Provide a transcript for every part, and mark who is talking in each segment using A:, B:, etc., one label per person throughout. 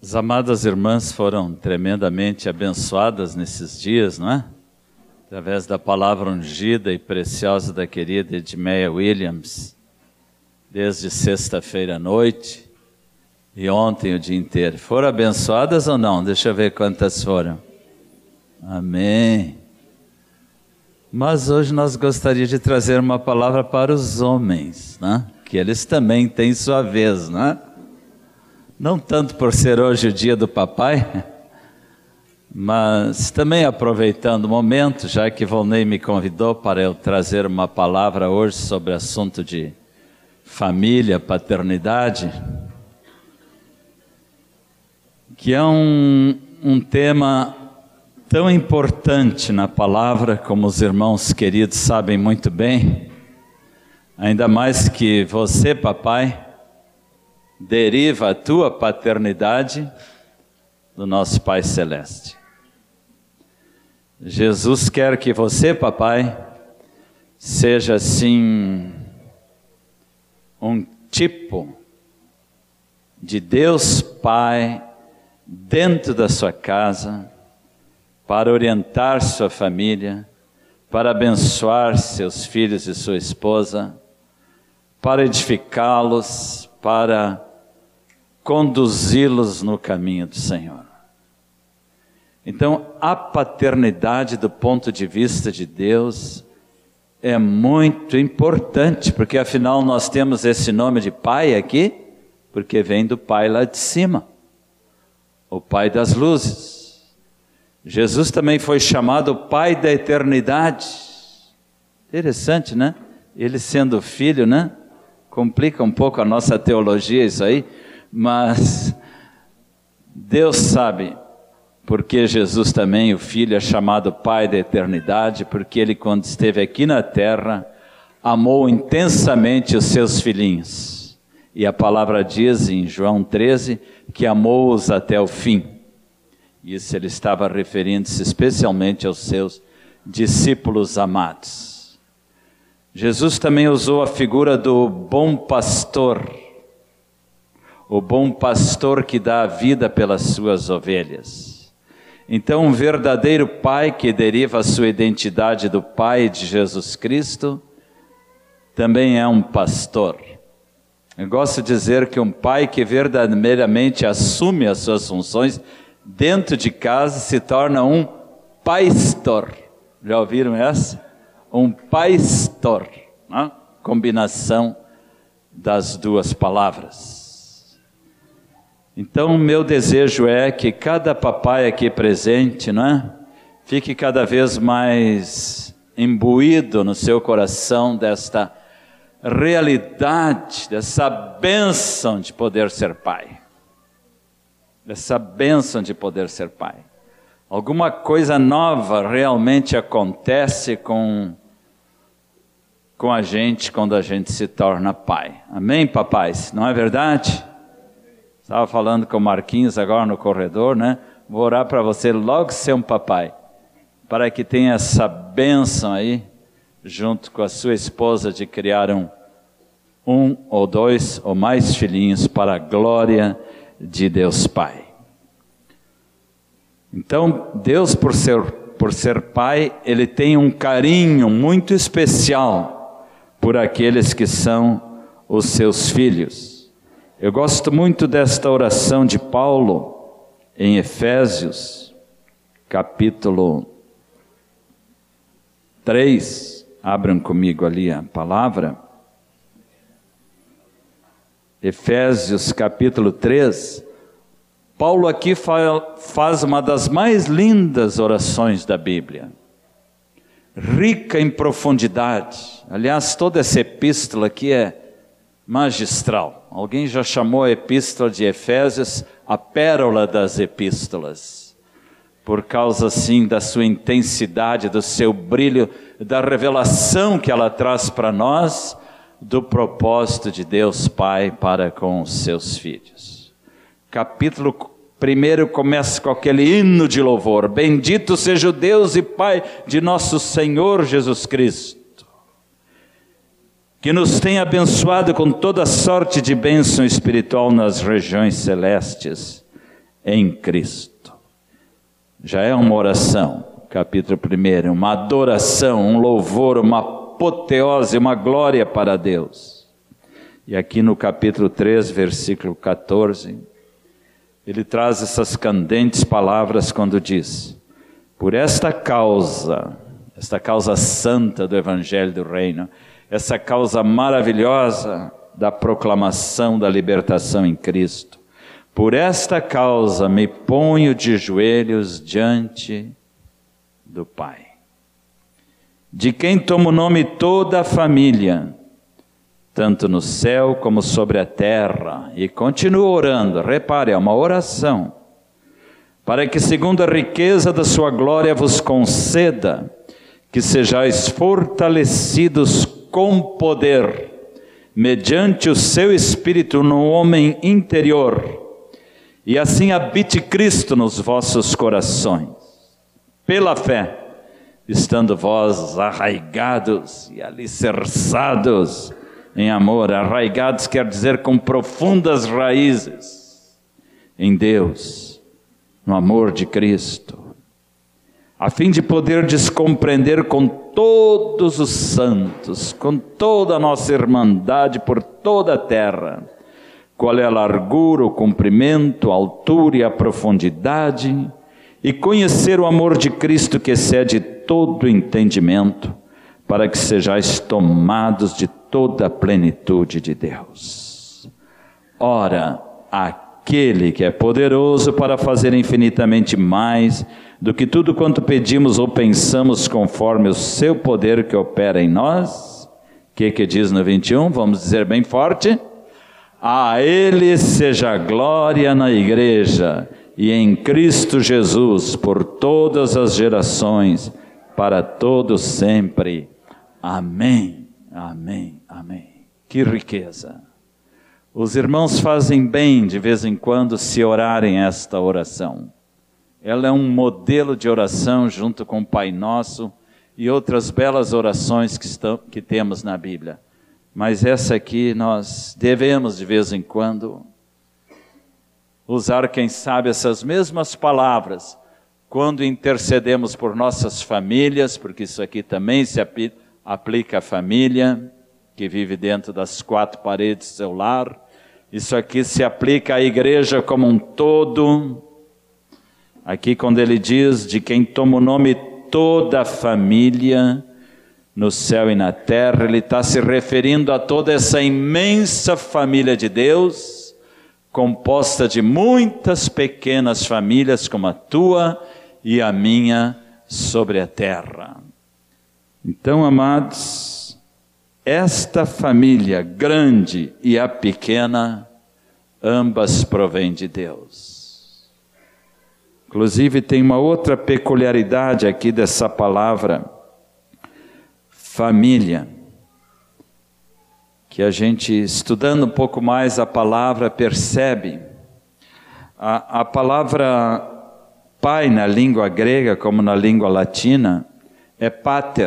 A: As amadas irmãs foram tremendamente abençoadas nesses dias, não é? Através da palavra ungida e preciosa da querida Edmeia Williams, desde sexta-feira à noite e ontem o dia inteiro. Foram abençoadas ou não? Deixa eu ver quantas foram. Amém. Mas hoje nós gostaríamos de trazer uma palavra para os homens, né? Que eles também têm sua vez, né? Não tanto por ser hoje o dia do papai, mas também aproveitando o momento, já que Volney me convidou para eu trazer uma palavra hoje sobre assunto de família, paternidade, que é um tema tão importante na palavra, como os irmãos queridos sabem muito bem, ainda mais que você, papai, deriva a tua paternidade do nosso Pai Celeste. Jesus quer que você, papai, seja assim um tipo de Deus Pai dentro da sua casa, para orientar sua família, para abençoar seus filhos e sua esposa, para edificá-los, para conduzi-los no caminho do Senhor. Então, a paternidade do ponto de vista de Deus é muito importante, porque afinal nós temos esse nome de Pai aqui, porque vem do Pai lá de cima, o Pai das luzes. Jesus também foi chamado Pai da eternidade. Interessante, né? Ele sendo filho, né? Complica um pouco a nossa teologia isso aí, mas Deus sabe porque Jesus também, o Filho, é chamado Pai da eternidade, porque Ele, quando esteve aqui na terra, amou intensamente os seus filhinhos. E a palavra diz em João 13, que amou-os até o fim. Isso Ele estava referindo-se especialmente aos seus discípulos amados. Jesus também usou a figura do bom pastor, o bom pastor que dá a vida pelas suas ovelhas. Então, um verdadeiro pai que deriva a sua identidade do Pai de Jesus Cristo, também é um pastor. Eu gosto de dizer que um pai que verdadeiramente assume as suas funções dentro de casa se torna um pastor. Já ouviram essa? Um pastor, né? Combinação das duas palavras. Então, meu desejo é que cada papai aqui presente, né, fique cada vez mais imbuído no seu coração desta realidade, dessa bênção de poder ser pai. Dessa bênção de poder ser pai. Alguma coisa nova realmente acontece com a gente quando a gente se torna pai. Amém, papais? Não é verdade? Estava falando com o Marquinhos agora no corredor, né? Vou orar para você logo ser um papai, para que tenha essa bênção aí, junto com a sua esposa, de criar um ou dois ou mais filhinhos para a glória de Deus Pai. Então, Deus, por ser pai, Ele tem um carinho muito especial por aqueles que são os seus filhos. Eu gosto muito desta oração de Paulo em Efésios, capítulo 3. Abram comigo ali a palavra. Efésios, capítulo 3. Paulo aqui faz uma das mais lindas orações da Bíblia, rica em profundidade. Aliás, toda essa epístola aqui é magistral. Alguém já chamou a epístola de Efésios a pérola das epístolas, por causa assim da sua intensidade, do seu brilho, da revelação que ela traz para nós, do propósito de Deus Pai para com os seus filhos. Capítulo 1 começa com aquele hino de louvor: bendito seja o Deus e Pai de nosso Senhor Jesus Cristo, que nos tem abençoado com toda sorte de bênção espiritual nas regiões celestes, em Cristo. Já é uma oração, capítulo 1, uma adoração, um louvor, uma apoteose, uma glória para Deus. E aqui no capítulo 3, versículo 14, ele traz essas candentes palavras quando diz: por esta causa santa do Evangelho do Reino, essa causa maravilhosa da proclamação da libertação em Cristo, por esta causa me ponho de joelhos diante do Pai, de quem toma o nome toda a família, tanto no céu como sobre a terra, e continua orando. Repare, é uma oração, para que segundo a riqueza da sua glória vos conceda que sejais fortalecidos com poder, mediante o seu Espírito no homem interior, e assim habite Cristo nos vossos corações, pela fé, estando vós arraigados e alicerçados em amor. Arraigados quer dizer com profundas raízes em Deus, no amor de Cristo, a fim de poder descompreender com todos os santos, com toda a nossa irmandade por toda a terra, qual é a largura, o comprimento, a altura e a profundidade, e conhecer o amor de Cristo que excede todo entendimento, para que sejais tomados de toda a plenitude de Deus. Ora, aquele que é poderoso para fazer infinitamente mais do que tudo quanto pedimos ou pensamos, conforme o seu poder que opera em nós. O que diz no 21? Vamos dizer bem forte: a Ele seja a glória na igreja e em Cristo Jesus por todas as gerações, para todos sempre. Amém, amém, amém. Que riqueza! Os irmãos fazem bem de vez em quando se orarem esta oração. Ela é um modelo de oração junto com o Pai Nosso e outras belas orações que temos na Bíblia. Mas essa aqui nós devemos de vez em quando usar, quem sabe, essas mesmas palavras quando intercedemos por nossas famílias, porque isso aqui também se aplica à família que vive dentro das quatro paredes do seu lar. Isso aqui se aplica à igreja como um todo. Aqui quando ele diz de quem toma o nome toda a família, no céu e na terra, ele está se referindo a toda essa imensa família de Deus, composta de muitas pequenas famílias como a tua e a minha sobre a terra. Então, amados, esta família grande e a pequena, ambas provêm de Deus. Inclusive tem uma outra peculiaridade aqui dessa palavra, família, que a gente, estudando um pouco mais a palavra, percebe. A palavra pai na língua grega, como na língua latina, é pater.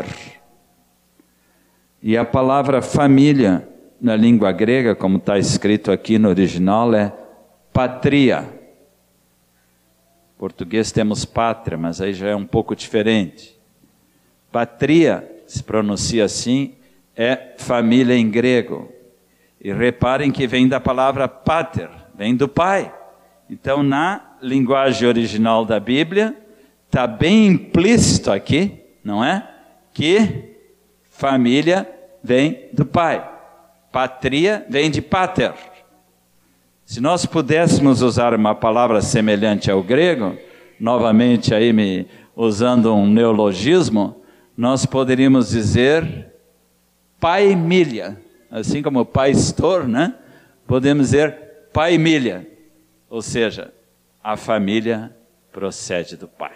A: E a palavra família na língua grega, como está escrito aqui no original, é patria. Em português temos pátria, mas aí já é um pouco diferente. Patria, se pronuncia assim, é família em grego. E reparem que vem da palavra pater, vem do pai. Então, na linguagem original da Bíblia, está bem implícito aqui, não é? Que família vem do pai. Patria vem de pater. Se nós pudéssemos usar uma palavra semelhante ao grego, novamente aí usando um neologismo, nós poderíamos dizer paimília, assim como pastor, né? Podemos dizer paimília, ou seja, a família procede do pai.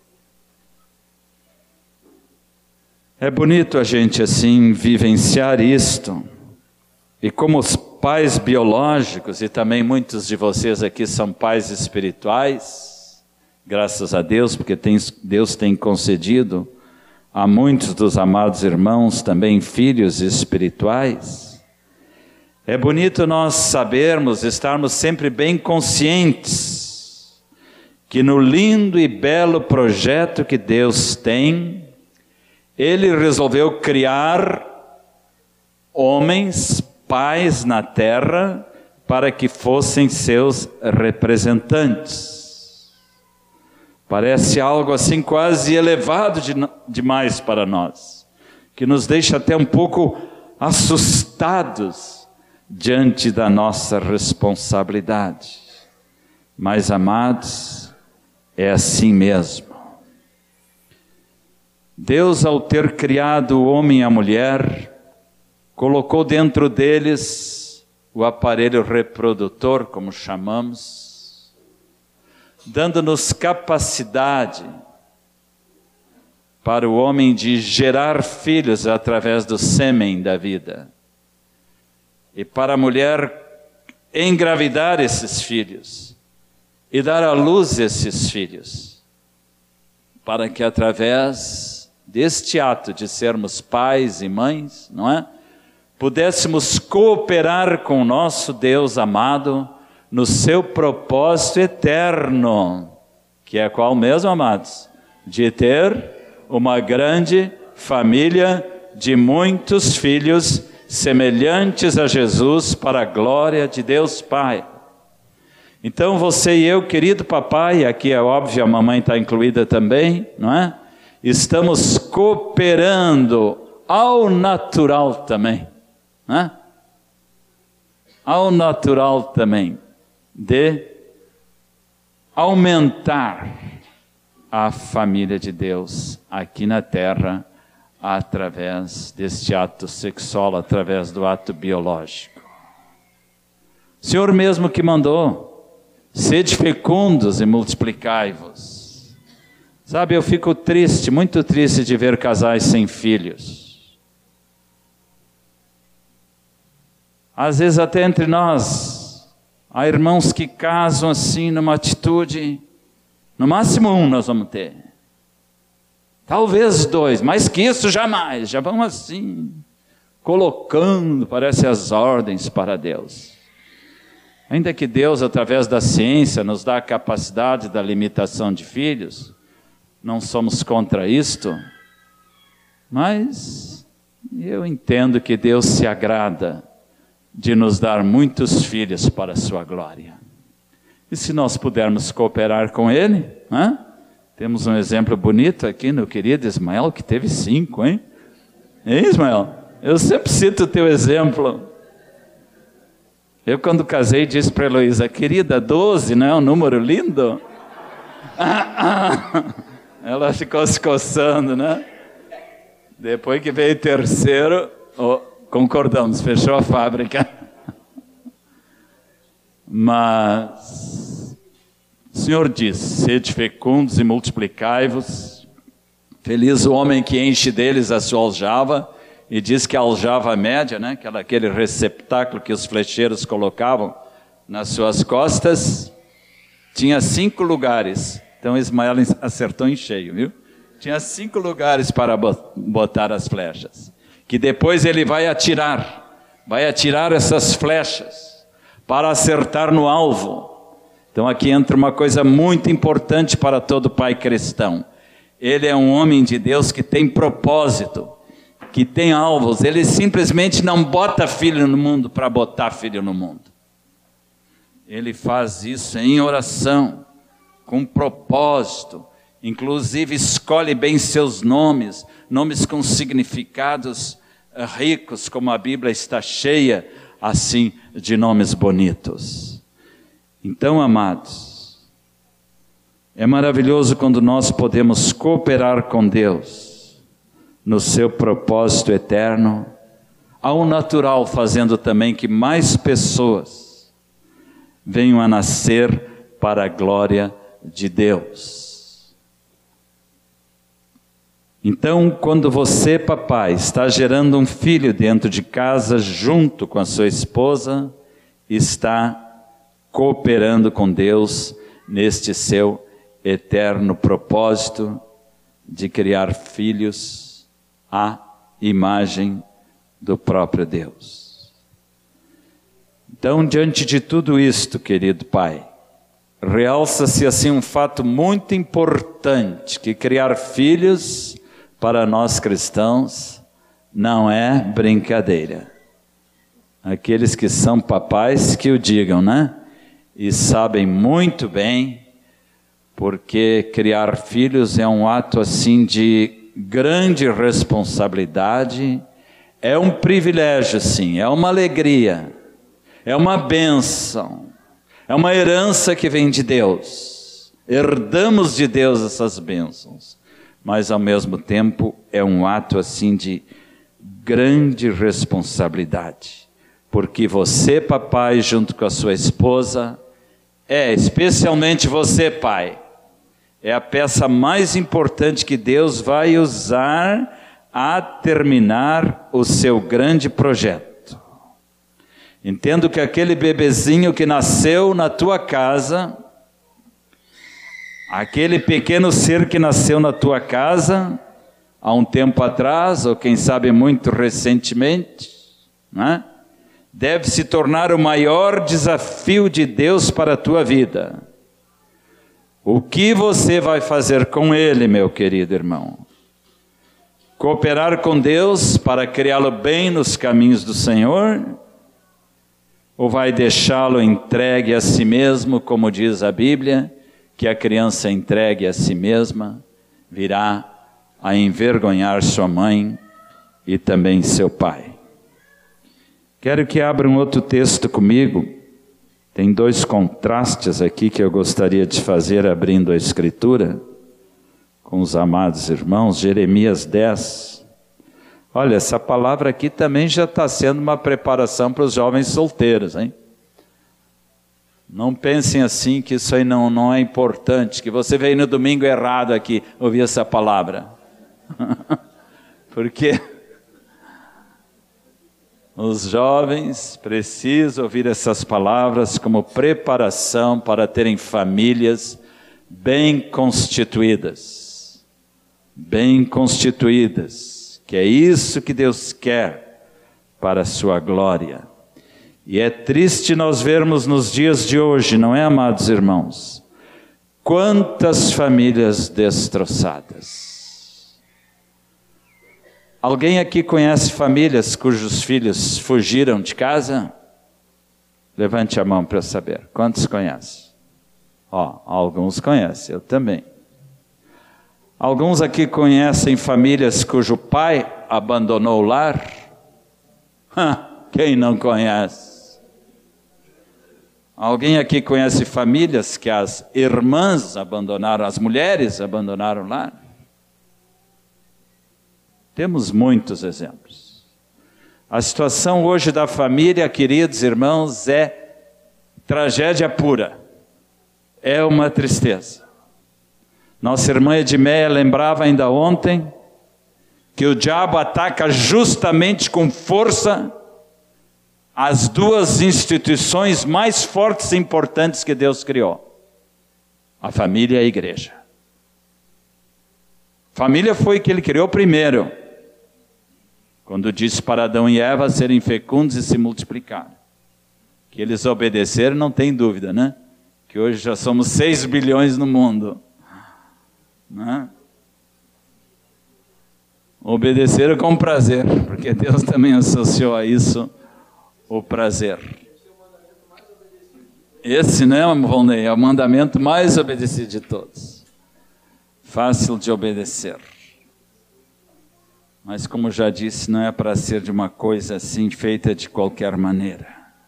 A: É bonito a gente assim vivenciar isto, e como os pais biológicos, e também muitos de vocês aqui são pais espirituais, graças a Deus, porque Deus tem concedido a muitos dos amados irmãos também filhos espirituais. É bonito nós sabermos, estarmos sempre bem conscientes que no lindo e belo projeto que Deus tem, Ele resolveu criar homens, pais na terra, para que fossem seus representantes. Parece algo assim quase elevado demais para nós, que nos deixa até um pouco assustados diante da nossa responsabilidade. Mas, amados, é assim mesmo. Deus, ao ter criado o homem e a mulher, colocou dentro deles o aparelho reprodutor, como chamamos, dando-nos capacidade para o homem de gerar filhos através do sêmen da vida, e para a mulher engravidar esses filhos e dar à luz esses filhos, para que através deste ato de sermos pais e mães, não é? Pudéssemos cooperar com o nosso Deus amado no seu propósito eterno, que é qual mesmo, amados? De ter uma grande família de muitos filhos semelhantes a Jesus para a glória de Deus Pai. Então você e eu, querido papai, aqui é óbvio, a mamãe está incluída também, não é? Estamos cooperando ao natural também, não é? Ao natural também, de aumentar a família de Deus aqui na terra, através deste ato sexual, através do ato biológico. O Senhor mesmo que mandou: sede fecundos e multiplicai-vos. Sabe, eu fico triste, muito triste de ver casais sem filhos. Às vezes até entre nós, há irmãos que casam assim numa atitude, no máximo um nós vamos ter. Talvez dois, mais que isso jamais. Já vão assim, colocando, parece as ordens para Deus. Ainda que Deus, através da ciência, nos dá a capacidade da limitação de filhos, não somos contra isto, mas eu entendo que Deus se agrada de nos dar muitos filhos para a sua glória. E se nós pudermos cooperar com Ele, né? Temos um exemplo bonito aqui no querido Ismael, que teve 5, hein? Hein, Ismael? Eu sempre cito o teu exemplo. Eu, quando casei, disse para a Heloísa: querida, 12, não é um número lindo? Ela ficou se coçando, né? Depois que veio o terceiro, concordamos, fechou a fábrica. Mas o Senhor diz: sede fecundos e multiplicai-vos. Feliz o homem que enche deles a sua aljava. E diz que a aljava média, né, aquele receptáculo que os flecheiros colocavam nas suas costas, tinha 5 lugares. Então Ismael acertou em cheio, viu? Tinha 5 lugares para botar as flechas, que depois ele vai atirar essas flechas para acertar no alvo. Então aqui entra uma coisa muito importante para todo pai cristão. Ele é um homem de Deus que tem propósito, que tem alvos. Ele simplesmente não bota filho no mundo para botar filho no mundo. Ele faz isso em oração, com propósito, inclusive escolhe bem seus nomes com significados ricos, como a Bíblia está cheia, assim, de nomes bonitos. Então, amados, é maravilhoso quando nós podemos cooperar com Deus no seu propósito eterno, ao natural, fazendo também que mais pessoas venham a nascer para a glória de Deus. Então, quando você, papai, está gerando um filho dentro de casa, junto com a sua esposa, está cooperando com Deus neste seu eterno propósito de criar filhos à imagem do próprio Deus. Então, diante de tudo isto, querido Pai, realça-se assim um fato muito importante, que criar filhos para nós cristãos não é brincadeira. Aqueles que são papais que o digam, né? E sabem muito bem, porque criar filhos é um ato assim de grande responsabilidade, é um privilégio sim, é uma alegria, é uma bênção, é uma herança que vem de Deus. Herdamos de Deus essas bênçãos, mas ao mesmo tempo é um ato assim de grande responsabilidade, porque você, papai, junto com a sua esposa, especialmente você, pai, é a peça mais importante que Deus vai usar a terminar o seu grande projeto. Entendo que aquele bebezinho que nasceu na tua casa, aquele pequeno ser que nasceu na tua casa, há um tempo atrás, ou quem sabe muito recentemente, né? Deve se tornar o maior desafio de Deus para a tua vida. O que você vai fazer com ele, meu querido irmão? Cooperar com Deus para criá-lo bem nos caminhos do Senhor? Ou vai deixá-lo entregue a si mesmo, como diz a Bíblia, que a criança entregue a si mesma virá a envergonhar sua mãe e também seu pai? Quero que abra um outro texto comigo. Tem dois contrastes aqui que eu gostaria de fazer abrindo a Escritura com os amados irmãos. Jeremias 10. Olha, essa palavra aqui também já está sendo uma preparação para os jovens solteiros, hein? Não pensem assim que isso aí não é importante, que você veio no domingo errado aqui ouvir essa palavra. Porque os jovens precisam ouvir essas palavras como preparação para terem famílias bem constituídas. Bem constituídas, que é isso que Deus quer para a sua glória. E é triste nós vermos nos dias de hoje, não é, amados irmãos? Quantas famílias destroçadas. Alguém aqui conhece famílias cujos filhos fugiram de casa? Levante a mão para eu saber. Quantos conhecem? Alguns conhecem, eu também. Alguns aqui conhecem famílias cujo pai abandonou o lar? Quem não conhece? Alguém aqui conhece famílias que as irmãs abandonaram, as mulheres abandonaram o lar? Temos muitos exemplos. A situação hoje da família, queridos irmãos, é tragédia pura. É uma tristeza. Nossa irmã Edmeia lembrava ainda ontem que o diabo ataca justamente com força as duas instituições mais fortes e importantes que Deus criou: a família e a igreja. Família foi que ele criou primeiro, quando disse para Adão e Eva serem fecundos e se multiplicarem. Que eles obedeceram, não tem dúvida, né? Que hoje já somos 6 bilhões no mundo. Né? Obedeceram com prazer, porque Deus também associou a isso o prazer. Esse, né, Volney, é o mandamento mais obedecido de todos. Fácil de obedecer. Mas, como já disse, não é para ser de uma coisa assim, feita de qualquer maneira.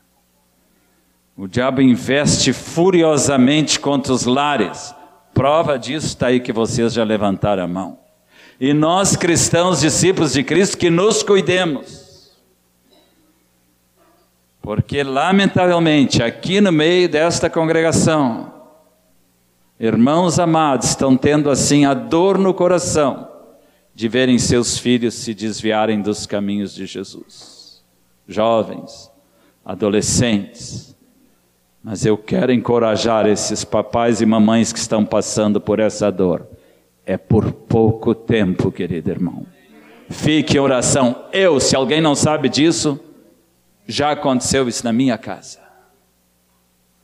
A: O diabo investe furiosamente contra os lares. Prova disso está aí que vocês já levantaram a mão. E nós, cristãos, discípulos de Cristo, que nos cuidemos. Porque, lamentavelmente, aqui no meio desta congregação, irmãos amados estão tendo assim a dor no coração de verem seus filhos se desviarem dos caminhos de Jesus. Jovens, adolescentes. Mas eu quero encorajar esses papais e mamães que estão passando por essa dor. É por pouco tempo, querido irmão. Fique em oração. Se alguém não sabe disso, já aconteceu isso na minha casa.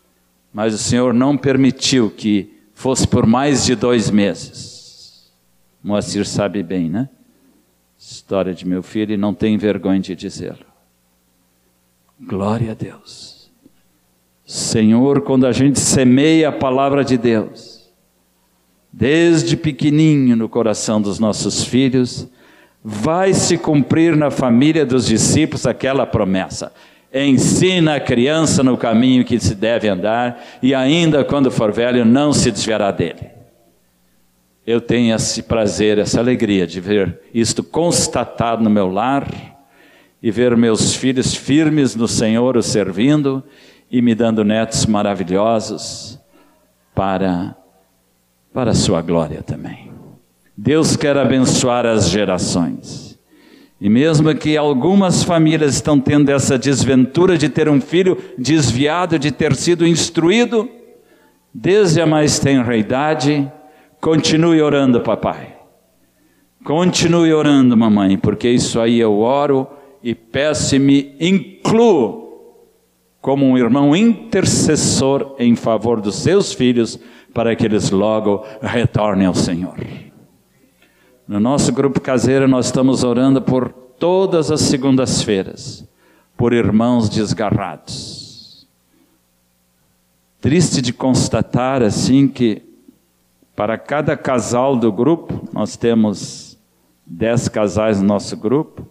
A: mas o Senhor não permitiu que fosse por mais de 2 meses. Moacir sabe bem, né? História de meu filho, e não tem vergonha de dizê-lo. Glória a Deus. Senhor, quando a gente semeia a palavra de Deus, desde pequenininho no coração dos nossos filhos, vai se cumprir na família dos discípulos aquela promessa. Ensina a criança no caminho que se deve andar, e ainda quando for velho não se desviará dele. Eu tenho esse prazer, essa alegria de ver isto constatado no meu lar, e ver meus filhos firmes no Senhor o servindo, e me dando netos maravilhosos para a sua glória também. Deus quer abençoar as gerações. E mesmo que algumas famílias estão tendo essa desventura de ter um filho desviado, de ter sido instruído desde a mais tenra idade, continue orando, papai. Continue orando, mamãe, porque isso aí eu oro e peço e me incluo como um irmão intercessor em favor dos seus filhos, para que eles logo retornem ao Senhor. No nosso grupo caseiro nós estamos orando por todas as segundas-feiras, por irmãos desgarrados. Triste de constatar assim que para cada casal do grupo, nós temos 10 casais no nosso grupo,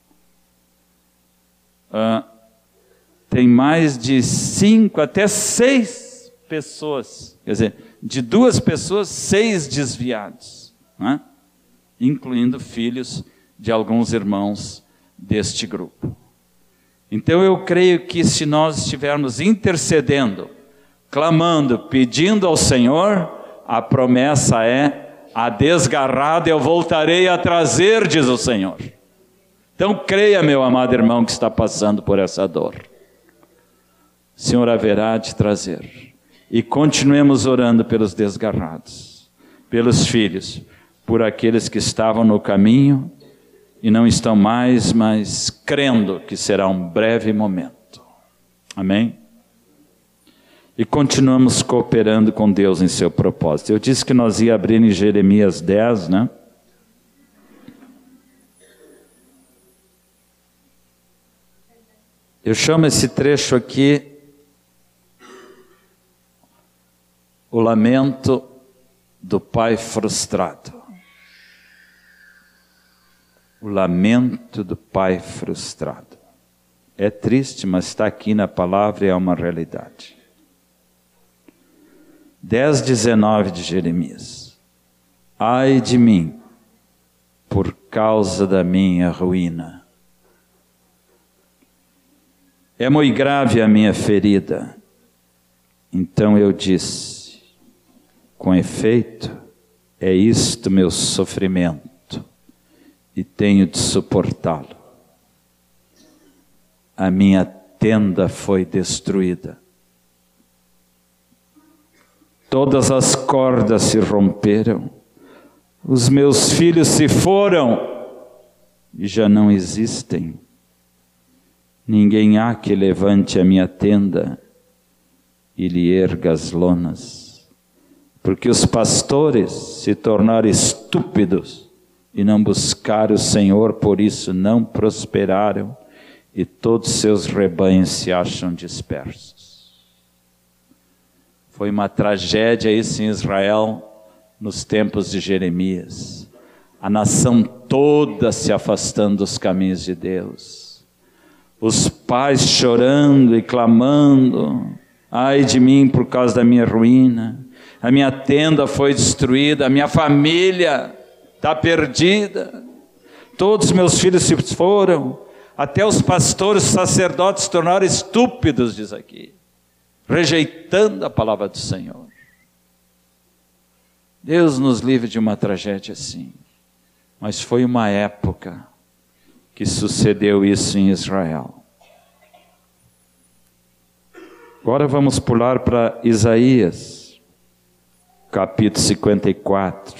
A: tem mais de 5 até 6 pessoas, quer dizer, de 2 pessoas, 6 desviados, não é? Incluindo filhos de alguns irmãos deste grupo. Então eu creio que se nós estivermos intercedendo, clamando, pedindo ao Senhor, a promessa é: a desgarrada eu voltarei a trazer, diz o Senhor. Então creia, meu amado irmão que está passando por essa dor. O Senhor haverá de trazer. E continuemos orando pelos desgarrados, pelos filhos, por aqueles que estavam no caminho e não estão mais, mas crendo que será um breve momento. Amém? E continuamos cooperando com Deus em seu propósito. Eu disse que nós ia abrir em Jeremias 10, né? Eu chamo esse trecho aqui o lamento do pai frustrado. O lamento do pai frustrado. É triste, mas está aqui na palavra e é uma realidade. 10:19 de Jeremias. Ai de mim, por causa da minha ruína. É muito grave a minha ferida. Então eu disse: com efeito, é isto meu sofrimento, e tenho de suportá-lo. A minha tenda foi destruída. Todas as cordas se romperam, os meus filhos se foram e já não existem. Ninguém há que levante a minha tenda e lhe erga as lonas. Porque os pastores se tornaram estúpidos e não buscaram o Senhor, por isso não prosperaram, e todos seus rebanhos se acham dispersos. Foi uma tragédia isso em Israel nos tempos de Jeremias. A nação toda se afastando dos caminhos de Deus. Os pais chorando e clamando: ai de mim por causa da minha ruína. A minha tenda foi destruída, a minha família está perdida. Todos os meus filhos se foram, até os pastores, os sacerdotes se tornaram estúpidos, diz aqui, rejeitando a palavra do Senhor. Deus nos livre de uma tragédia assim. Mas foi uma época que sucedeu isso em Israel. Agora vamos pular para Isaías, capítulo 54.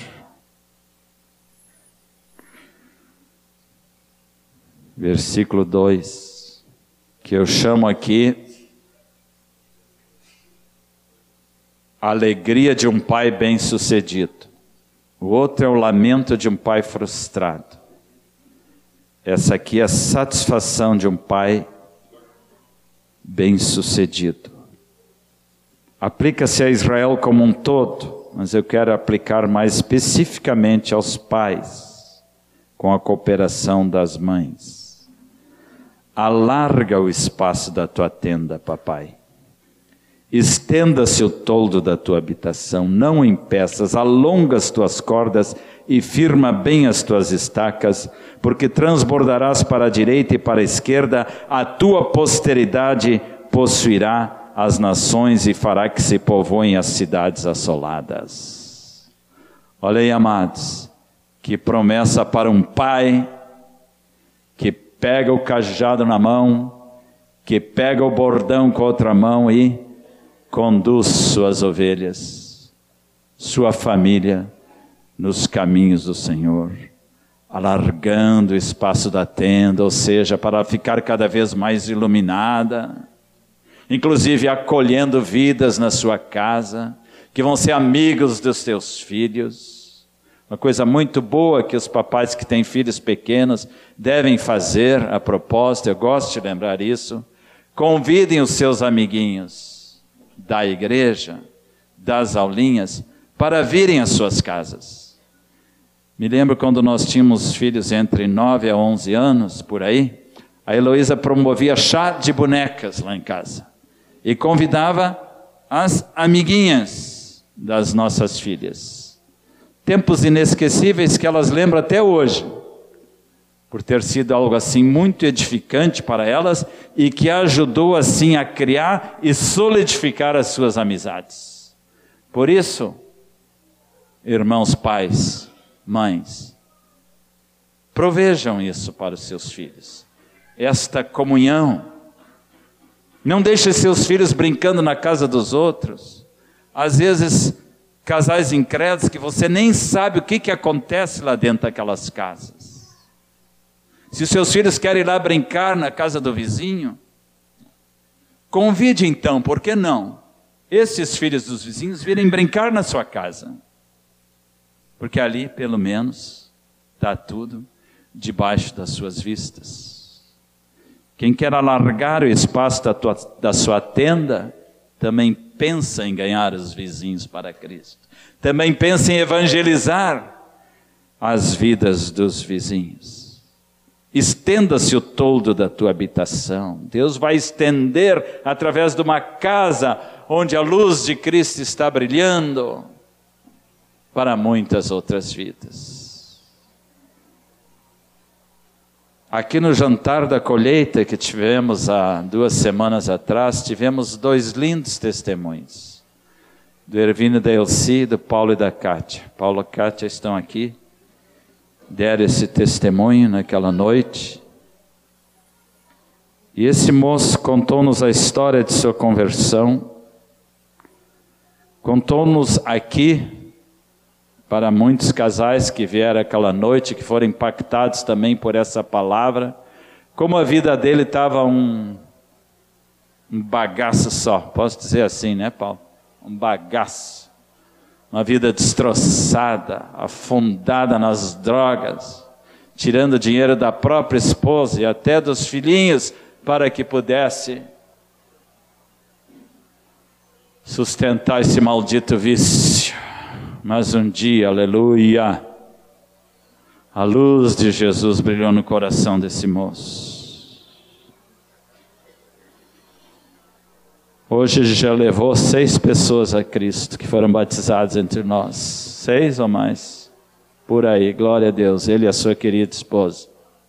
A: Versículo 2, que eu chamo aqui a alegria de um pai bem-sucedido. O outro é o lamento de um pai frustrado. Essa aqui é a satisfação de um pai bem-sucedido. Aplica-se a Israel como um todo, mas eu quero aplicar mais especificamente aos pais, com a cooperação das mães. Alarga o espaço da tua tenda, papai. Estenda-se o toldo da tua habitação, não o impeças, alonga as tuas cordas e firma bem as tuas estacas, porque transbordarás para a direita e para a esquerda, a tua posteridade possuirá as nações e fará que se povoem as cidades assoladas. Olha aí, amados, que promessa para um pai que pega o cajado na mão, que pega o bordão com a outra mão e conduz suas ovelhas, sua família, nos caminhos do Senhor, alargando o espaço da tenda, ou seja, para ficar cada vez mais iluminada, inclusive acolhendo vidas na sua casa, que vão ser amigos dos teus filhos. Uma coisa muito boa que os papais que têm filhos pequenos devem fazer a propósito, eu gosto de lembrar isso, convidem os seus amiguinhos da igreja, das aulinhas, para virem às suas casas. Me lembro quando nós tínhamos filhos entre 9 a 11 anos, por aí, a Heloísa promovia chá de bonecas lá em casa e convidava as amiguinhas das nossas filhas. Tempos inesquecíveis que elas lembram até hoje, por ter sido algo assim muito edificante para elas e que ajudou assim a criar e solidificar as suas amizades. Por isso, irmãos, pais, mães, provejam isso para os seus filhos, esta comunhão. Não deixe seus filhos brincando na casa dos outros. Às vezes, casais incrédulos que você nem sabe o que acontece lá dentro daquelas casas. Se os seus filhos querem ir lá brincar na casa do vizinho, convide então, por que não? Esses filhos dos vizinhos virem brincar na sua casa. Porque ali, pelo menos, está tudo debaixo das suas vistas. Quem quer alargar o espaço da sua tenda, também pensa em ganhar os vizinhos para Cristo. Também pensa em evangelizar as vidas dos vizinhos. Estenda-se o toldo da tua habitação. Deus vai estender através de uma casa onde a luz de Cristo está brilhando para muitas outras vidas. Aqui no jantar da colheita que tivemos há 2 semanas atrás, tivemos 2 lindos testemunhos. Do Ervino e da Elci, do Paulo e da Kátia. Paulo e Kátia estão aqui. Deram esse testemunho naquela noite. E esse moço contou-nos a história de sua conversão. Contou-nos aqui, para muitos casais que vieram aquela noite, que foram impactados também por essa palavra, como a vida dele estava um bagaço só. Posso dizer assim, né, Paulo? Um bagaço. Uma vida destroçada, afundada nas drogas, tirando dinheiro da própria esposa e até dos filhinhos para que pudesse sustentar esse maldito vício. Mas um dia, aleluia, a luz de Jesus brilhou no coração desse moço. Hoje já levou 6 pessoas a Cristo que foram batizadas entre nós. 6 ou mais? Por aí, glória a Deus. Ele e a sua querida esposa.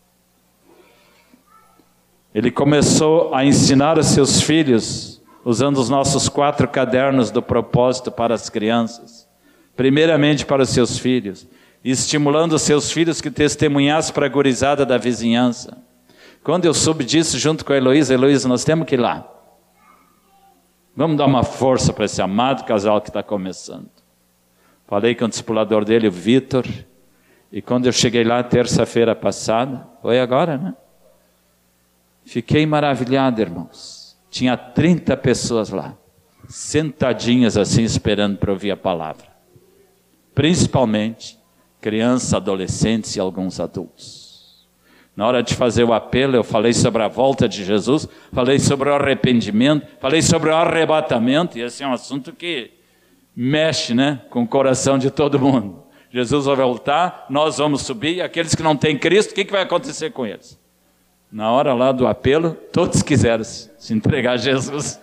A: Ele começou a ensinar os seus filhos, usando os nossos 4 cadernos do propósito para as crianças. Primeiramente para os seus filhos. E estimulando os seus filhos que testemunhassem para a gurizada da vizinhança. Quando eu soube disso, junto com a Heloísa, nós temos que ir lá. Vamos dar uma força para esse amado casal que está começando. Falei com o discipulador dele, o Vitor, e quando eu cheguei lá terça-feira passada, foi agora, né? Fiquei maravilhado, irmãos. Tinha 30 pessoas lá. sentadinhas assim, esperando para ouvir a palavra. Principalmente crianças, adolescentes e alguns adultos. Na hora de fazer o apelo, eu falei sobre a volta de Jesus, falei sobre o arrependimento, falei sobre o arrebatamento, e esse é um assunto que mexe, né, com o coração de todo mundo. Jesus vai voltar, nós vamos subir, e aqueles que não têm Cristo, o que vai acontecer com eles? Na hora lá do apelo, todos quiseram se entregar a Jesus.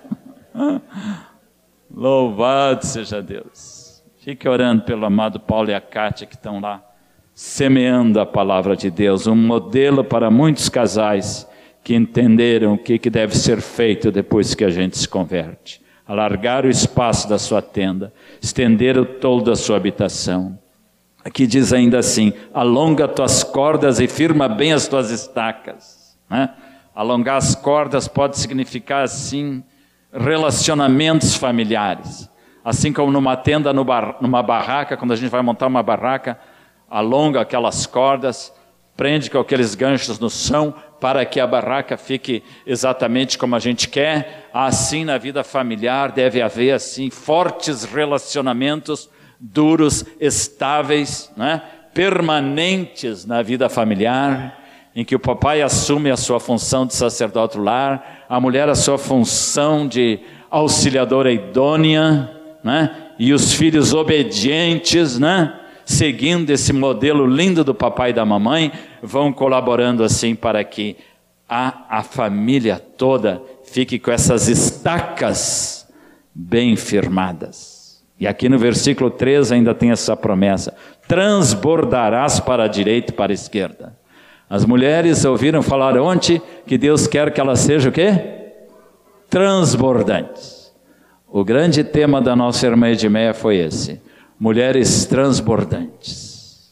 A: Louvado seja Deus. Fique orando pelo amado Paulo e a Kátia que estão lá, semeando a palavra de Deus, um modelo para muitos casais que entenderam o que deve ser feito depois que a gente se converte. Alargar o espaço da sua tenda, estender o toldo da sua habitação. Aqui diz ainda assim, alonga tuas cordas e firma bem as tuas estacas. Né? Alongar as cordas pode significar assim, relacionamentos familiares. Assim como numa tenda, numa barraca, quando a gente vai montar uma barraca, alonga aquelas cordas, prende com aqueles ganchos no chão, para que a barraca fique exatamente como a gente quer. Assim na vida familiar deve haver assim, fortes relacionamentos, duros, estáveis, né? Permanentes na vida familiar, em que o papai assume a sua função de sacerdote do lar, a mulher a sua função de auxiliadora idônea, né? E os filhos obedientes, né? Seguindo esse modelo lindo do papai e da mamãe, vão colaborando assim para que a família toda fique com essas estacas bem firmadas. E aqui no versículo 3 ainda tem essa promessa, transbordarás para a direita e para a esquerda. As mulheres ouviram falar ontem que Deus quer que elas sejam o quê? Transbordantes. O grande tema da nossa irmã Edmeia foi esse, mulheres transbordantes.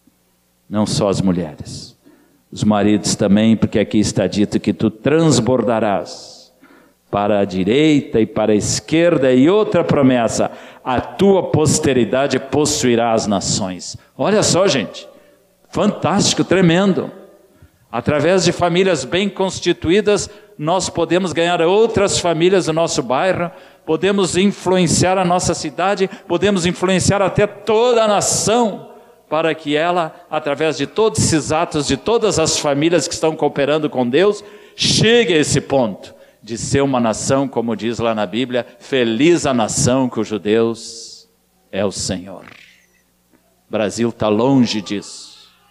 A: Não só as mulheres, os maridos também, porque aqui está dito que tu transbordarás para a direita e para a esquerda, e outra promessa, a tua posteridade possuirá as nações. Olha só, gente, fantástico, tremendo. Através de famílias bem constituídas, nós podemos ganhar outras famílias do nosso bairro, podemos influenciar a nossa cidade, podemos influenciar até toda a nação, para que ela, através de todos esses atos, de todas as famílias que estão cooperando com Deus, chegue a esse ponto de ser uma nação, como diz lá na Bíblia, feliz a nação cujo Deus é o Senhor. O Brasil está longe disso.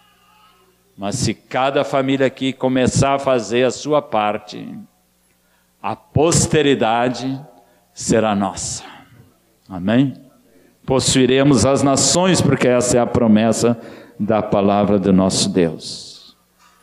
A: Mas se cada família aqui começar a fazer a sua parte, a posteridade será nossa. Amém? Possuiremos as nações, porque essa é a promessa da palavra do nosso Deus.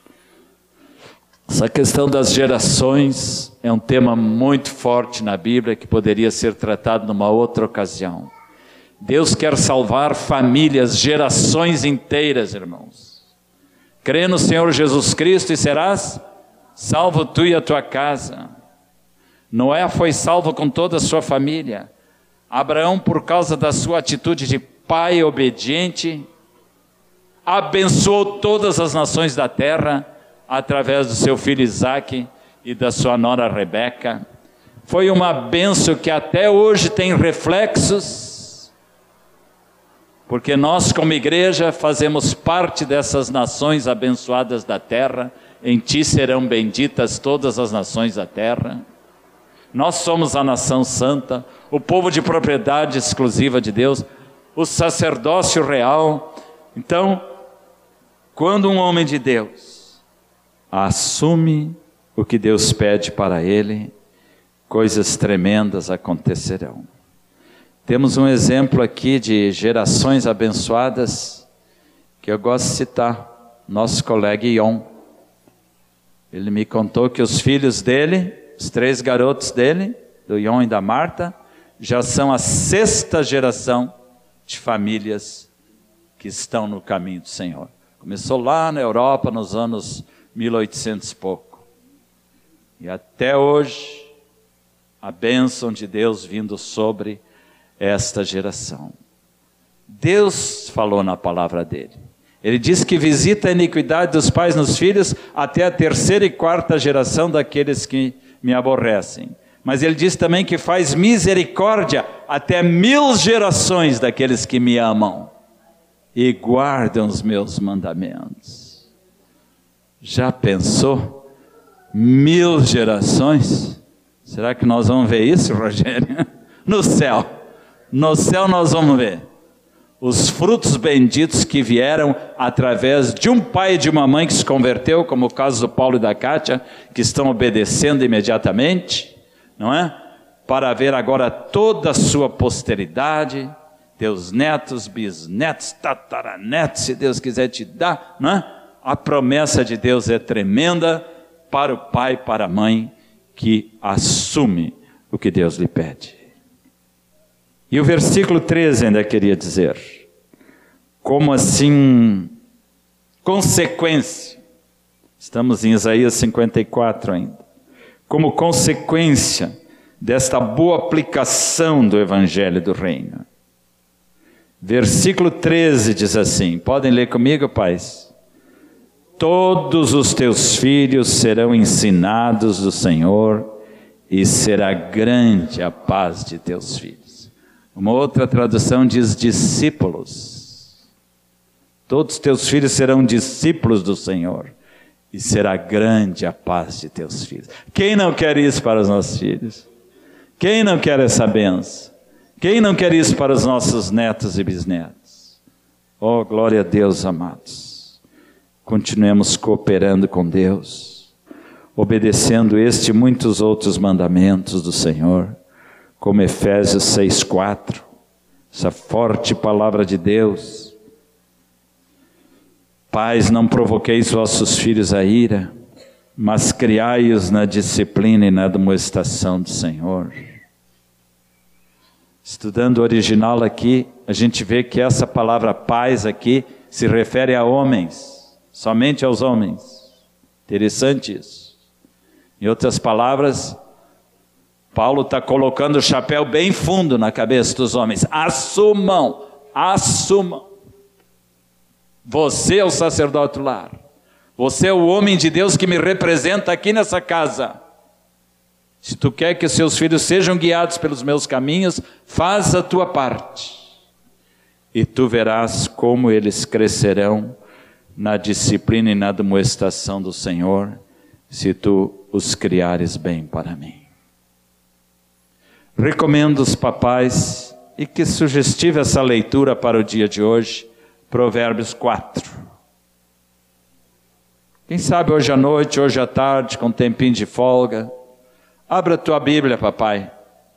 A: Essa questão das gerações é um tema muito forte na Bíblia, que poderia ser tratado numa outra ocasião. Deus quer salvar famílias, gerações inteiras, irmãos. Crê no Senhor Jesus Cristo e serás salvo tu e a tua casa. Noé foi salvo com toda a sua família. Abraão, por causa da sua atitude de pai obediente, abençoou todas as nações da terra através do seu filho Isaque e da sua nora Rebeca. Foi uma bênção que até hoje tem reflexos, porque nós como igreja fazemos parte dessas nações abençoadas da terra. Em ti serão benditas todas as nações da terra. Nós somos a nação santa, o povo de propriedade exclusiva de Deus, o sacerdócio real. Então, quando um homem de Deus assume o que Deus pede para ele, coisas tremendas acontecerão. Temos um exemplo aqui de gerações abençoadas, que eu gosto de citar, nosso colega Ion. Ele me contou que os filhos dele, os 3 garotos dele, do Ion e da Marta, já são a 6ª geração de famílias que estão no caminho do Senhor. Começou lá na Europa, nos anos 1800 e pouco. E até hoje, a bênção de Deus vindo sobre esta geração. Deus falou na palavra dele. Ele diz que visita a iniquidade dos pais nos filhos até a 3ª e 4ª geração daqueles que me aborrecem. Mas ele diz também que faz misericórdia até 1000 gerações daqueles que me amam e guardam os meus mandamentos. Já pensou? 1000 gerações? Será que nós vamos ver isso, Rogério? No céu nós vamos ver os frutos benditos que vieram através de um pai e de uma mãe que se converteu, como o caso do Paulo e da Kátia, que estão obedecendo imediatamente, não é? Para ver agora toda a sua posteridade, teus netos, bisnetos, tataranetos, se Deus quiser te dar, não é? A promessa de Deus é tremenda para o pai, para a mãe, que assume o que Deus lhe pede. E o versículo 13 ainda queria dizer, como assim, consequência, estamos em Isaías 54 ainda, como consequência desta boa aplicação do Evangelho do Reino. Versículo 13 diz assim, podem ler comigo, pais? Todos os teus filhos serão ensinados do Senhor e será grande a paz de teus filhos. Uma outra tradução diz discípulos. Todos os teus filhos serão discípulos do Senhor e será grande a paz de teus filhos. Quem não quer isso para os nossos filhos? Quem não quer essa bênção? Quem não quer isso para os nossos netos e bisnetos? Oh, glória a Deus, amados. Continuemos cooperando com Deus, obedecendo este e muitos outros mandamentos do Senhor, como Efésios 6,4, essa forte palavra de Deus. Pais, não provoqueis vossos filhos a ira, mas criai-os na disciplina e na admoestação do Senhor. Estudando o original aqui, a gente vê que essa palavra pais aqui se refere a homens, somente aos homens. Interessante isso. Em outras palavras, Paulo está colocando o chapéu bem fundo na cabeça dos homens. Assumam. Você é o sacerdote do lar. Você é o homem de Deus que me representa aqui nessa casa. Se tu quer que seus filhos sejam guiados pelos meus caminhos, faz a tua parte. E tu verás como eles crescerão na disciplina e na admoestação do Senhor, se tu os criares bem para mim. Recomendo os papais, e que sugestiva essa leitura para o dia de hoje, Provérbios 4. Quem sabe hoje à noite, hoje à tarde, com um tempinho de folga, abra a tua Bíblia, papai,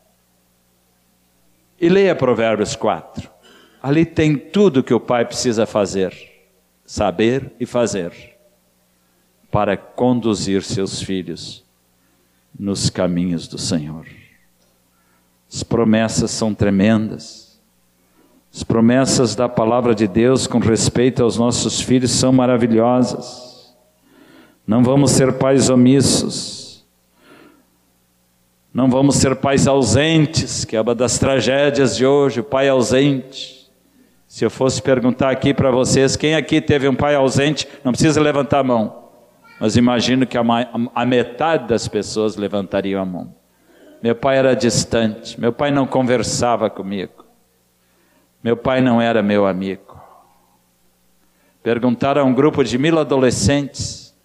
A: e leia Provérbios 4. Ali tem tudo que o pai precisa fazer, saber e fazer, para conduzir seus filhos nos caminhos do Senhor. As promessas são tremendas. As promessas da palavra de Deus com respeito aos nossos filhos são maravilhosas. Não vamos ser pais omissos. Não vamos ser pais ausentes, que é uma das tragédias de hoje, o pai ausente. Se eu fosse perguntar aqui para vocês, quem aqui teve um pai ausente, não precisa levantar a mão. Mas imagino que a metade das pessoas levantariam a mão. Meu pai era distante, meu pai não conversava comigo, meu pai não era meu amigo. Perguntaram a um grupo de 1000 adolescentes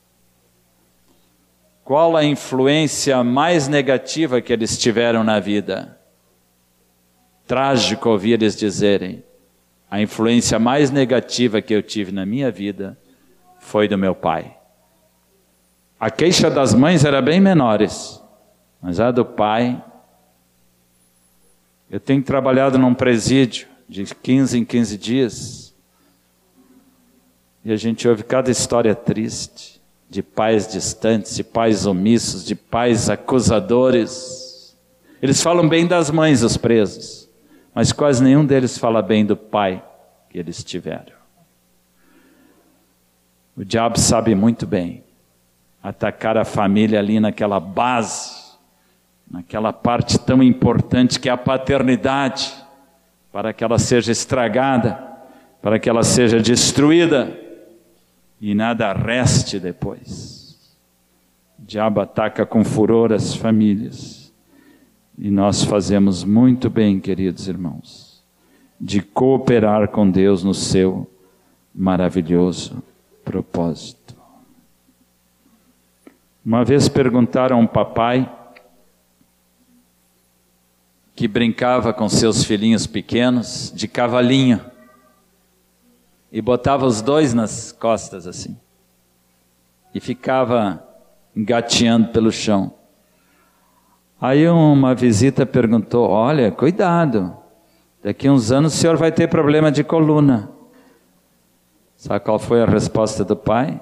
A: qual a influência mais negativa que eles tiveram na vida. Trágico ouvir eles dizerem, a influência mais negativa que eu tive na minha vida foi do meu pai. A queixa das mães era bem menores, mas a do pai. Eu tenho trabalhado num presídio de 15 em 15 dias. E a gente ouve cada história triste, de pais distantes, de pais omissos, de pais acusadores. Eles falam bem das mães, os presos, mas quase nenhum deles fala bem do pai que eles tiveram. O diabo sabe muito bem atacar a família ali naquela base, naquela parte tão importante que é a paternidade, para que ela seja estragada, para que ela seja destruída e nada reste depois. O diabo ataca com furor as famílias E nós fazemos muito bem, queridos irmãos, de cooperar com Deus no seu maravilhoso propósito. Uma vez perguntaram a um papai que brincava com seus filhinhos pequenos de cavalinho e botava os dois nas costas assim e ficava engateando pelo chão. Aí uma visita perguntou: olha, cuidado, daqui a uns anos o senhor vai ter problema de coluna. Sabe qual foi a resposta do pai?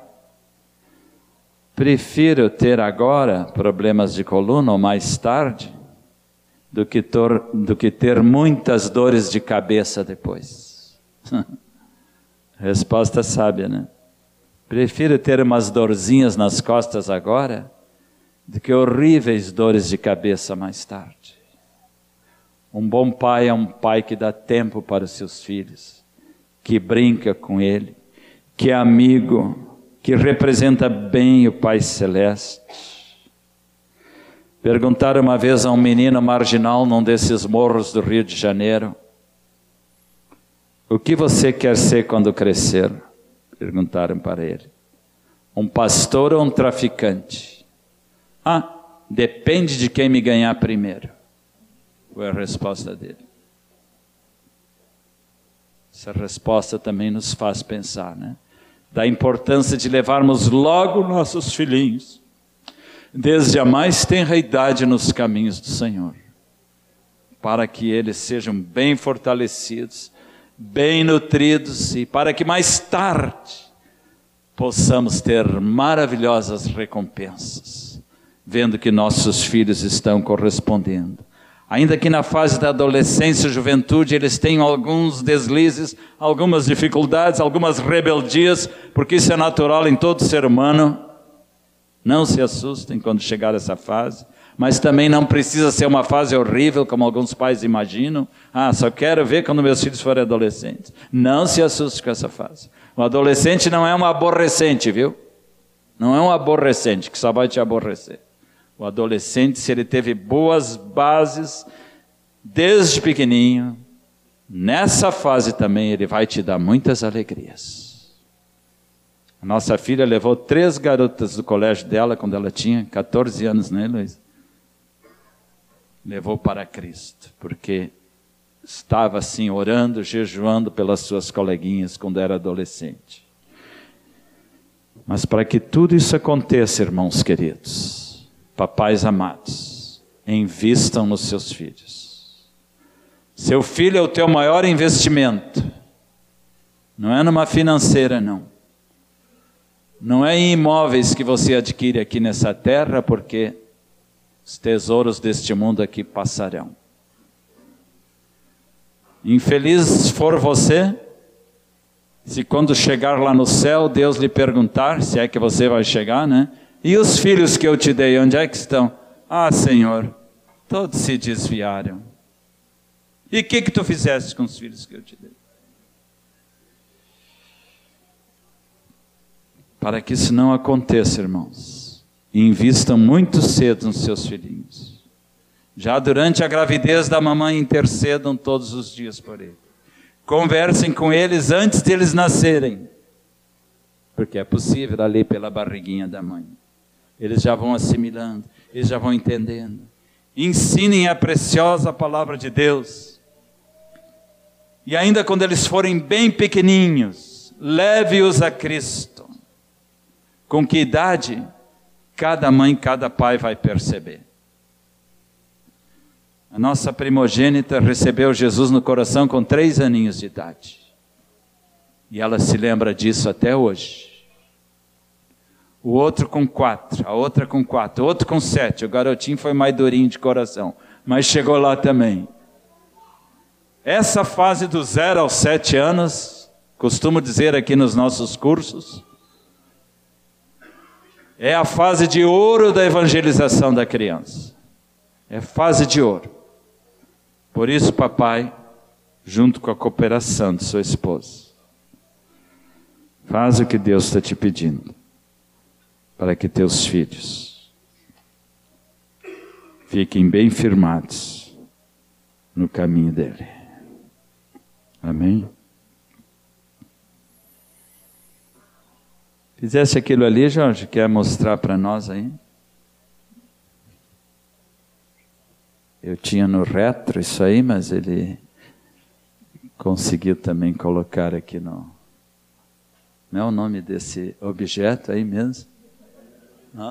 A: Prefiro ter agora problemas de coluna ou mais tarde do que ter muitas dores de cabeça depois. Resposta sábia, né? Prefiro ter umas dorzinhas nas costas agora do que horríveis dores de cabeça mais tarde. Um bom pai é um pai que dá tempo para os seus filhos, que brinca com ele, que é amigo, que representa bem o Pai Celeste. Perguntaram uma vez a um menino marginal num desses morros do Rio de Janeiro: o que você quer ser quando crescer? Perguntaram para ele. Um pastor ou um traficante? Ah, depende de quem me ganhar primeiro. Foi a resposta dele. Essa resposta também nos faz pensar, né? Da importância de levarmos logo nossos filhinhos, desde a mais tenra idade, nos caminhos do Senhor, para que eles sejam bem fortalecidos, bem nutridos, e para que mais tarde possamos ter maravilhosas recompensas, vendo que nossos filhos estão correspondendo. Ainda que na fase da adolescência e juventude eles tenham alguns deslizes, algumas dificuldades, algumas rebeldias, porque isso é natural em todo ser humano. Não se assustem quando chegar essa fase, mas também não precisa ser uma fase horrível, como alguns pais imaginam. Ah, só quero ver quando meus filhos forem adolescentes. Não se assuste com essa fase. O adolescente não é um aborrecente, viu? Não é um aborrecente que só vai te aborrecer. O adolescente, se ele teve boas bases desde pequenininho, nessa fase também ele vai te dar muitas alegrias. A nossa filha levou 3 garotas do colégio dela, quando ela tinha 14 anos, né, Luiz? Levou para Cristo, porque estava assim, orando, jejuando pelas suas coleguinhas quando era adolescente. Mas para que tudo isso aconteça, irmãos queridos, papais amados, invistam nos seus filhos. Seu filho é o teu maior investimento. Não é numa financeira, não. Não é em imóveis que você adquire aqui nessa terra, porque os tesouros deste mundo aqui passarão. Infeliz for você, se quando chegar lá no céu, Deus lhe perguntar, se é que você vai chegar, né? E os filhos que eu te dei, onde é que estão? Ah, Senhor, todos se desviaram. E o que tu fizeste com os filhos que eu te dei? Para que isso não aconteça, irmãos, invistam muito cedo nos seus filhinhos. Já durante a gravidez da mamãe, intercedam todos os dias por ele. Conversem com eles antes de eles nascerem, porque é possível ali pela barriguinha da mãe. Eles já vão assimilando, eles já vão entendendo. Ensinem a preciosa palavra de Deus. E ainda quando eles forem bem pequeninhos, leve-os a Cristo. Com que idade? Cada mãe, cada pai vai perceber. A nossa primogênita recebeu Jesus no coração com 3 aninhos de idade. E ela se lembra disso até hoje. O outro com 4, a outra com 4, o outro com 7. O garotinho foi mais durinho de coração, mas chegou lá também. Essa fase do 0 aos 7 anos, costumo dizer aqui nos nossos cursos, é a fase de ouro da evangelização da criança. É fase de ouro. Por isso, papai, junto com a cooperação de sua esposa, faz o que Deus está te pedindo, para que teus filhos fiquem bem firmados no caminho dele. Amém? Fizesse aquilo ali, Jorge, quer mostrar para nós aí? Eu tinha no retro isso aí, mas ele conseguiu também colocar aqui no... Não é o nome desse objeto aí mesmo? Não?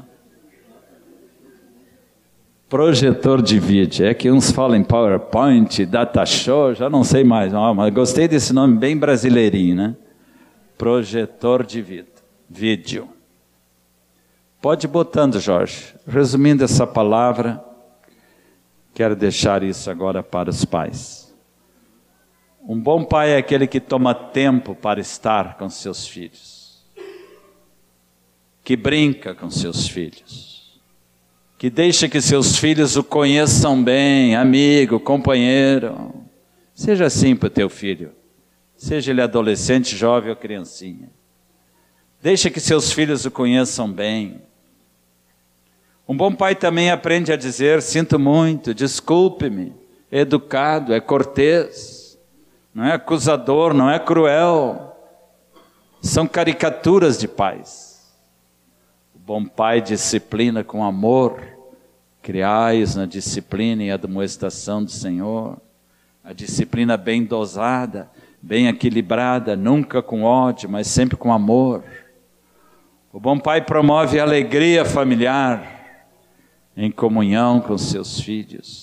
A: Projetor de vídeo. É que uns falam em PowerPoint, Data Show, já não sei mais. Mas gostei desse nome bem brasileirinho, né? Projetor de vídeo. Pode ir botando, Jorge. Resumindo essa palavra, quero deixar isso agora para os pais. Um bom pai é aquele que toma tempo para estar com seus filhos, que brinca com seus filhos, que deixa que seus filhos o conheçam bem, amigo, companheiro. Seja assim para o teu filho, seja ele adolescente, jovem ou criancinha. Deixa que seus filhos o conheçam bem. Um bom pai também aprende a dizer, sinto muito, desculpe-me, é educado, é cortês. Não é acusador, não é cruel. São caricaturas de pais. O bom pai disciplina com amor. Criai-os na disciplina e admoestação do Senhor. A disciplina bem dosada, bem equilibrada, nunca com ódio, mas sempre com amor. O bom pai promove a alegria familiar em comunhão com seus filhos.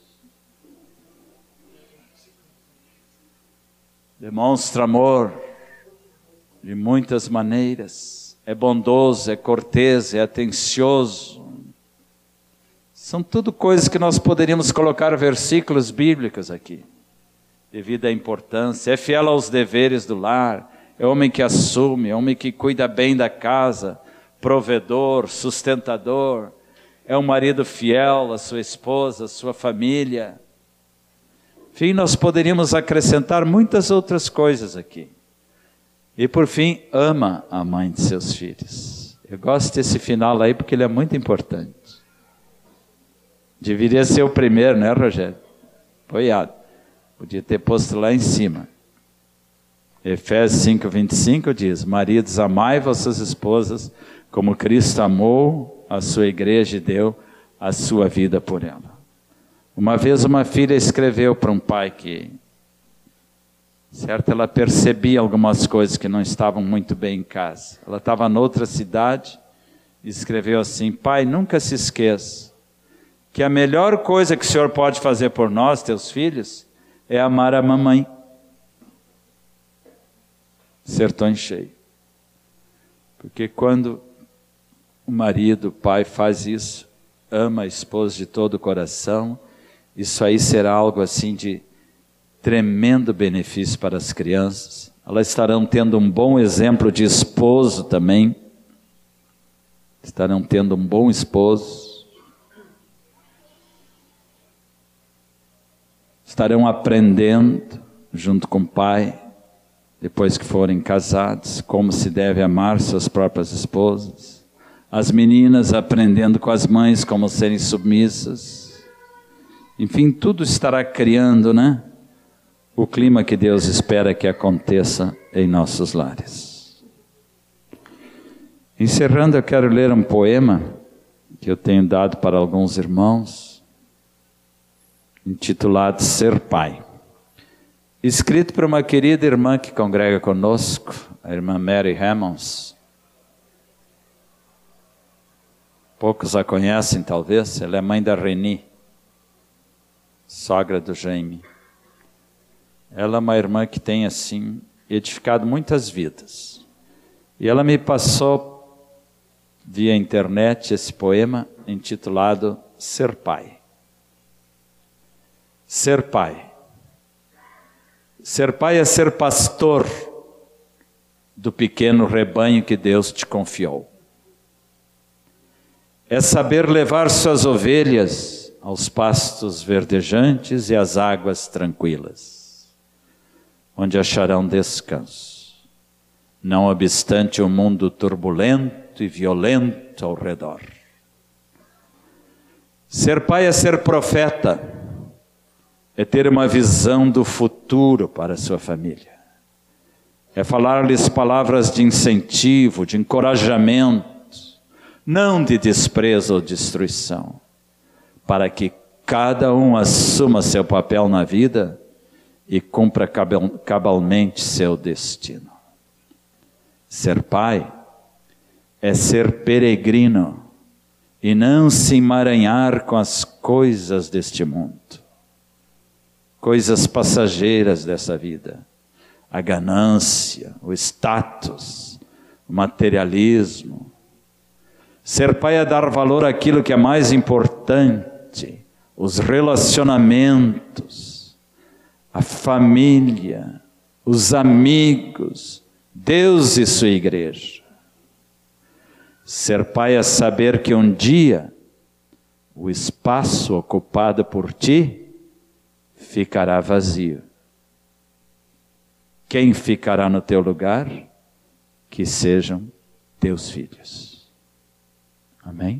A: Demonstra amor de muitas maneiras, é bondoso, é cortês, é atencioso. São tudo coisas que nós poderíamos colocar versículos bíblicos aqui, devido à importância. É fiel aos deveres do lar, é homem que assume, é homem que cuida bem da casa, provedor, sustentador, é um marido fiel à sua esposa, à sua família. Enfim, nós poderíamos acrescentar muitas outras coisas aqui. E por fim, ama a mãe de seus filhos. Eu gosto desse final aí porque ele é muito importante. Deveria ser o primeiro, né, Rogério? Apoiado. Podia ter posto lá em cima. Efésios 5:25 diz, maridos, amai vossas esposas como Cristo amou a sua igreja e deu a sua vida por ela. Uma vez uma filha escreveu para um pai que, certo, ela percebia algumas coisas que não estavam muito bem em casa. Ela estava noutra cidade e escreveu assim, pai, nunca se esqueça que a melhor coisa que o Senhor pode fazer por nós, teus filhos, é amar a mamãe. Sertão em cheio. Porque quando o marido, o pai faz isso, ama a esposa de todo o coração, isso aí será algo assim de tremendo benefício para as crianças. Elas estarão tendo um bom exemplo de esposo também. Estarão tendo um bom esposo. Estarão aprendendo junto com o pai, depois que forem casados, como se deve amar suas próprias esposas. As meninas aprendendo com as mães como serem submissas. Enfim, tudo estará criando, né? O clima que Deus espera que aconteça em nossos lares. Encerrando, eu quero ler um poema que eu tenho dado para alguns irmãos, intitulado Ser Pai. Escrito por uma querida irmã que congrega conosco, a irmã Mary Hammonds. Poucos a conhecem, talvez. Ela é mãe da Reni, sogra do Jaime. Ela é uma irmã que tem, assim, edificado muitas vidas. E ela me passou, via internet, esse poema intitulado Ser Pai. Ser pai. Ser pai é ser pastor do pequeno rebanho que Deus te confiou. É saber levar suas ovelhas aos pastos verdejantes e às águas tranquilas, onde acharão descanso, não obstante o mundo turbulento e violento ao redor. Ser pai é ser profeta, é ter uma visão do futuro para a sua família. É falar-lhes palavras de incentivo, de encorajamento, não de desprezo ou destruição, para que cada um assuma seu papel na vida e cumpra cabalmente seu destino. Ser pai é ser peregrino e não se emaranhar com as coisas deste mundo, coisas passageiras dessa vida, a ganância, o status, o materialismo. Ser pai é dar valor àquilo que é mais importante, os relacionamentos, a família, os amigos, Deus e sua igreja. Ser pai é saber que um dia o espaço ocupado por ti ficará vazio. Quem ficará no teu lugar? Que sejam teus filhos. Amém?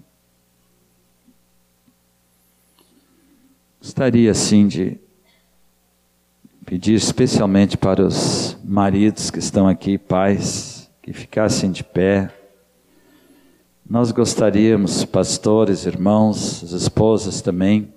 A: Gostaria assim de pedir especialmente para os maridos que estão aqui, pais, que ficassem de pé. Nós gostaríamos, pastores, irmãos, as esposas também,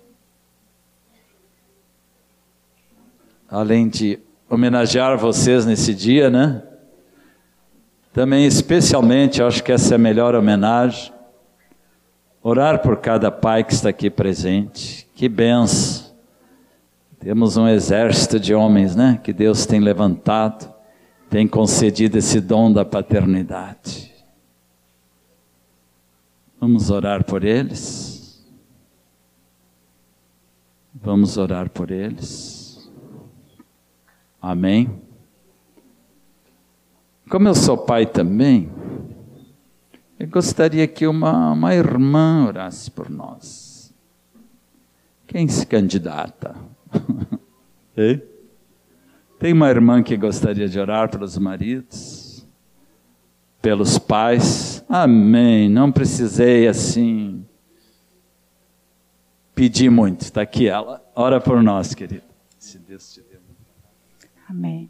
A: além de homenagear vocês nesse dia, né? Também especialmente, eu acho que essa é a melhor homenagem, orar por cada pai que está aqui presente. Que benção! Temos um exército de homens, né? Que Deus tem levantado, tem concedido esse dom da paternidade. Vamos orar por eles. Vamos orar por eles. Amém. Como eu sou pai também, eu gostaria que uma irmã orasse por nós. Quem se candidata? Tem uma irmã que gostaria de orar pelos maridos, pelos pais? Amém. Não precisei assim pedir muito. Está aqui ela. Ora por nós, querida. Se Deus te deu.
B: Amém.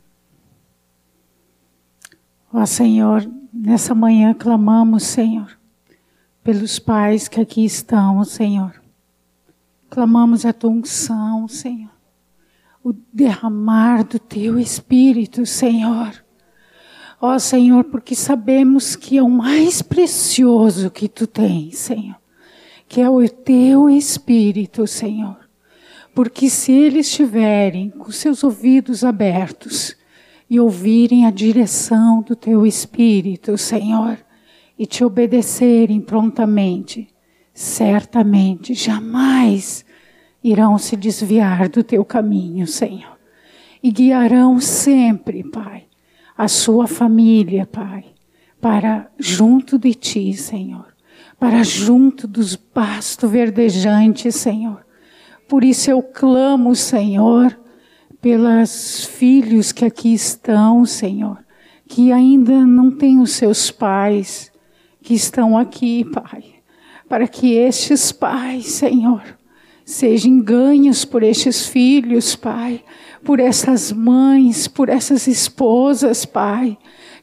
B: Ó Senhor, nessa manhã clamamos, Senhor, pelos pais que aqui estão, Senhor. Clamamos a tua unção, Senhor. O derramar do teu Espírito, Senhor. Ó Senhor, porque sabemos que é o mais precioso que tu tens, Senhor. Que é o teu Espírito, Senhor. Porque se eles estiverem com seus ouvidos abertos e ouvirem a direção do teu Espírito, Senhor, e te obedecerem prontamente, certamente jamais irão se desviar do teu caminho, Senhor. E guiarão sempre, Pai, a sua família, Pai, para junto de ti, Senhor. Para junto dos pastos verdejantes, Senhor. Por isso eu clamo, Senhor, pelos filhos que aqui estão, Senhor, que ainda não têm os seus pais, que estão aqui, Pai, para que estes pais, Senhor, sejam ganhos por estes filhos, Pai, por essas mães, por essas esposas, Pai,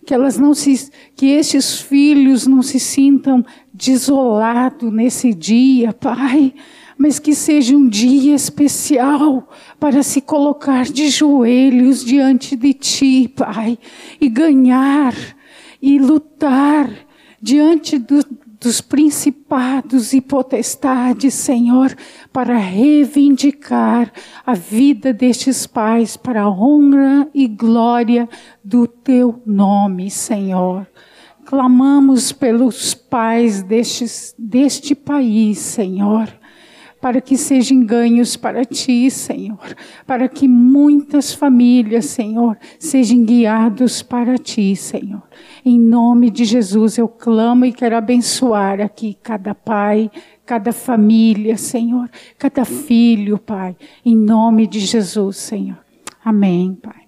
B: que estes filhos não se sintam desolados nesse dia, Pai, mas que seja um dia especial para se colocar de joelhos diante de ti, Pai, e ganhar e lutar diante dos principados e potestades, Senhor, para reivindicar a vida destes pais para a honra e glória do teu nome, Senhor. Clamamos pelos pais deste país, Senhor, para que sejam ganhos para ti, Senhor, para que muitas famílias, Senhor, sejam guiados para ti, Senhor. Em nome de Jesus eu clamo e quero abençoar aqui cada pai, cada família, Senhor, cada filho, Pai, em nome de Jesus, Senhor. Amém, Pai.